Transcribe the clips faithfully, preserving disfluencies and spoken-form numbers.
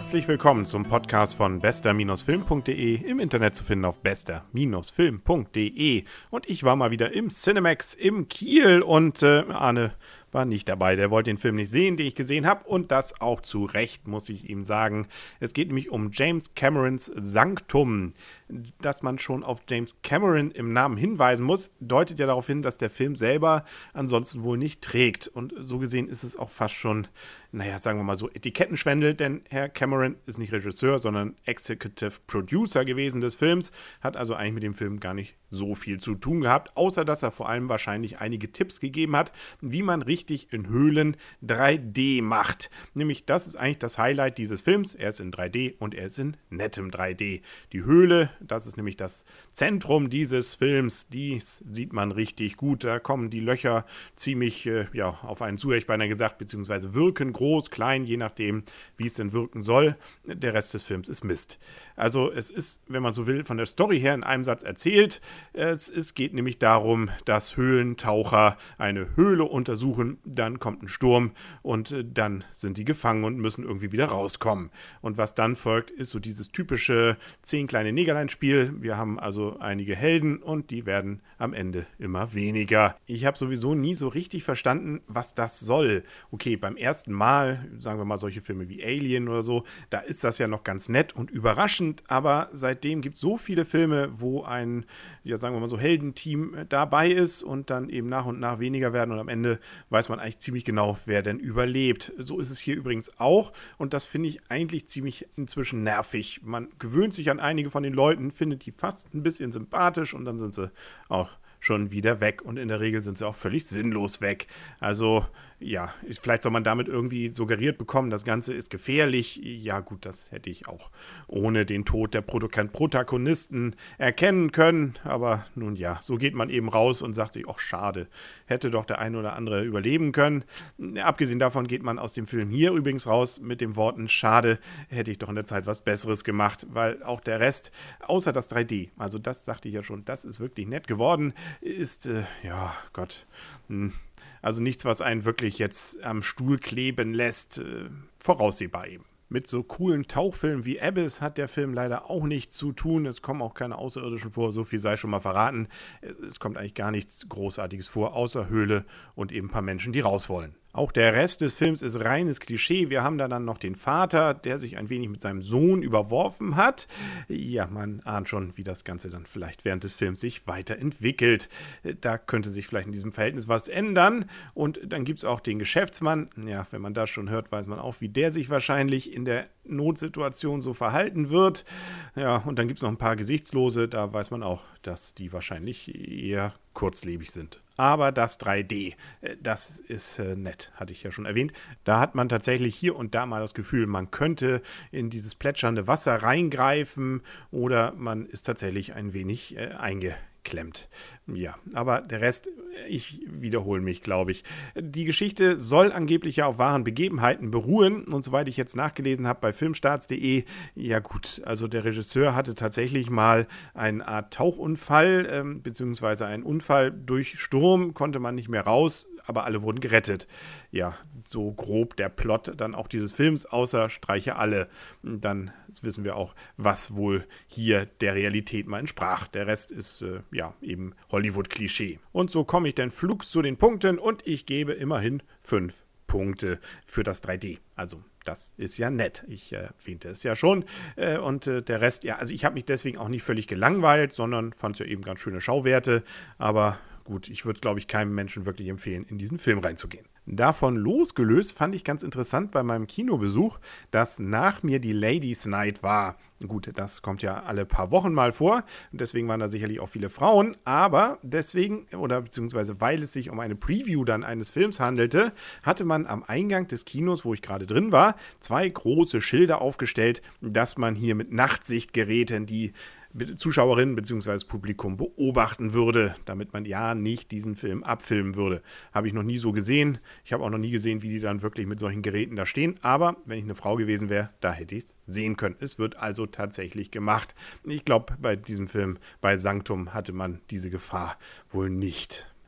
Herzlich willkommen zum Podcast von bester Film punkt de, im Internet zu finden auf bester Film punkt de. Und ich war mal wieder im Cinemax im Kiel und äh, Arne war nicht dabei. Der wollte den Film nicht sehen, den ich gesehen habe, und das auch zu Recht, muss ich ihm sagen. Es geht nämlich um James Camerons Sanctum. Dass man schon auf James Cameron im Namen hinweisen muss, deutet ja darauf hin, dass der Film selber ansonsten wohl nicht trägt. Und so gesehen ist es auch fast schon, naja, sagen wir mal so, Etikettenschwendel, denn Herr Cameron ist nicht Regisseur, sondern Executive Producer gewesen des Films, hat also eigentlich mit dem Film gar nicht so viel zu tun gehabt, außer dass er vor allem wahrscheinlich einige Tipps gegeben hat, wie man richtig in Höhlen drei D macht. Nämlich, das ist eigentlich das Highlight dieses Films. Er ist in drei D und er ist in nettem drei D. Die Höhle, das ist nämlich das Zentrum dieses Films, dies sieht man richtig gut. Da kommen die Löcher ziemlich äh, ja, auf einen zu, hätte ich beinahe gesagt, beziehungsweise wirken groß, klein, je nachdem, wie es denn wirken soll. Der Rest des Films ist Mist. Also es ist, wenn man so will, von der Story her in einem Satz erzählt. Es, es geht nämlich darum, dass Höhlentaucher eine Höhle untersuchen, dann kommt ein Sturm und äh, dann sind die gefangen und müssen irgendwie wieder rauskommen. Und was dann folgt, ist so dieses typische zehn kleine Negerlein-Spiel. Wir haben also einige Helden und die werden am Ende immer weniger. Ich habe sowieso nie so richtig verstanden, was das soll. Okay, beim ersten Mal, sagen wir mal solche Filme wie Alien oder so, da ist das ja noch ganz nett und überraschend, aber seitdem gibt es so viele Filme, wo ein, ja sagen wir mal so, Heldenteam dabei ist und dann eben nach und nach weniger werden und am Ende weiß man eigentlich ziemlich genau, wer denn überlebt. So ist es hier übrigens auch und das finde ich eigentlich ziemlich inzwischen nervig. Man gewöhnt sich an einige von den Leuten, findet die fast ein bisschen sympathisch und dann sind sie auch schon wieder weg und in der Regel sind sie auch völlig sinnlos weg. Also ja, vielleicht soll man damit irgendwie suggeriert bekommen, das Ganze ist gefährlich. Ja gut, das hätte ich auch ohne den Tod der Protagonisten erkennen können. Aber nun ja, so geht man eben raus und sagt sich, ach schade, hätte doch der ein oder andere überleben können. Abgesehen davon geht man aus dem Film hier übrigens raus mit den Worten, schade, hätte ich doch in der Zeit was Besseres gemacht, weil auch der Rest, außer das drei D, also das sagte ich ja schon, das ist wirklich nett geworden, ist, äh, ja Gott, mh. Also nichts, was einen wirklich jetzt am Stuhl kleben lässt, äh, voraussehbar eben. Mit so coolen Tauchfilmen wie Abyss hat der Film leider auch nichts zu tun. Es kommen auch keine Außerirdischen vor, so viel sei schon mal verraten. Es kommt eigentlich gar nichts Großartiges vor, außer Höhle und eben ein paar Menschen, die raus wollen. Auch der Rest des Films ist reines Klischee. Wir haben da dann noch den Vater, der sich ein wenig mit seinem Sohn überworfen hat. Ja, man ahnt schon, wie das Ganze dann vielleicht während des Films sich weiterentwickelt. Da könnte sich vielleicht in diesem Verhältnis was ändern. Und dann gibt es auch den Geschäftsmann. Ja, wenn man das schon hört, weiß man auch, wie der sich wahrscheinlich in der Notsituation so verhalten wird. Ja, und dann gibt es noch ein paar Gesichtslose. Da weiß man auch, dass die wahrscheinlich eher kurzlebig sind. Aber das drei D, das ist äh, nett, hatte ich ja schon erwähnt. Da hat man tatsächlich hier und da mal das Gefühl, man könnte in dieses plätschernde Wasser reingreifen oder man ist tatsächlich ein wenig äh, eingeklemmt. Ja, aber der Rest, ich wiederhole mich, glaube ich. Die Geschichte soll angeblich ja auf wahren Begebenheiten beruhen und soweit ich jetzt nachgelesen habe bei filmstarts punkt de, ja gut, also der Regisseur hatte tatsächlich mal eine Art Tauchunfall, ähm, beziehungsweise einen Unfall durch Sturm, konnte man nicht mehr raus, aber alle wurden gerettet. Ja, so grob der Plot dann auch dieses Films, außer streiche alle. Dann wissen wir auch, was wohl hier der Realität mal entsprach. Der Rest ist, äh, ja, eben Hollywood-Klischee. Und so komme ich dann flugs zu den Punkten und ich gebe immerhin fünf Punkte für das drei D. Also das ist ja nett. Ich äh, erwähnte es ja schon. Äh, und äh, der Rest, ja, also ich habe mich deswegen auch nicht völlig gelangweilt, sondern fand es ja eben ganz schöne Schauwerte. Aber gut, ich würde, glaube ich, keinem Menschen wirklich empfehlen, in diesen Film reinzugehen. Davon losgelöst fand ich ganz interessant bei meinem Kinobesuch, dass nach mir die Ladies Night war. Gut, das kommt ja alle paar Wochen mal vor und deswegen waren da sicherlich auch viele Frauen, aber deswegen, oder beziehungsweise weil es sich um eine Preview dann eines Films handelte, hatte man am Eingang des Kinos, wo ich gerade drin war, zwei große Schilder aufgestellt, dass man hier mit Nachtsichtgeräten die Zuschauerinnen bzw. Publikum beobachten würde, damit man ja nicht diesen Film abfilmen würde. Habe ich noch nie so gesehen. Ich habe auch noch nie gesehen, wie die dann wirklich mit solchen Geräten da stehen. Aber wenn ich eine Frau gewesen wäre, da hätte ich es sehen können. Es wird also tatsächlich gemacht. Ich glaube, bei diesem Film, bei Sanctum, hatte man diese Gefahr wohl nicht.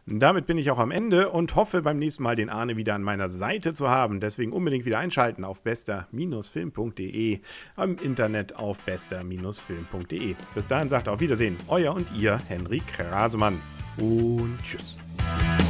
Damit bin ich auch am Ende und hoffe beim nächsten Mal den Arne wieder an meiner Seite zu haben. Deswegen unbedingt wieder einschalten auf bester Film punkt de, im Internet auf bester Film punkt de. Bis dahin sagt auf Wiedersehen, euer und ihr Henry Krasemann und tschüss.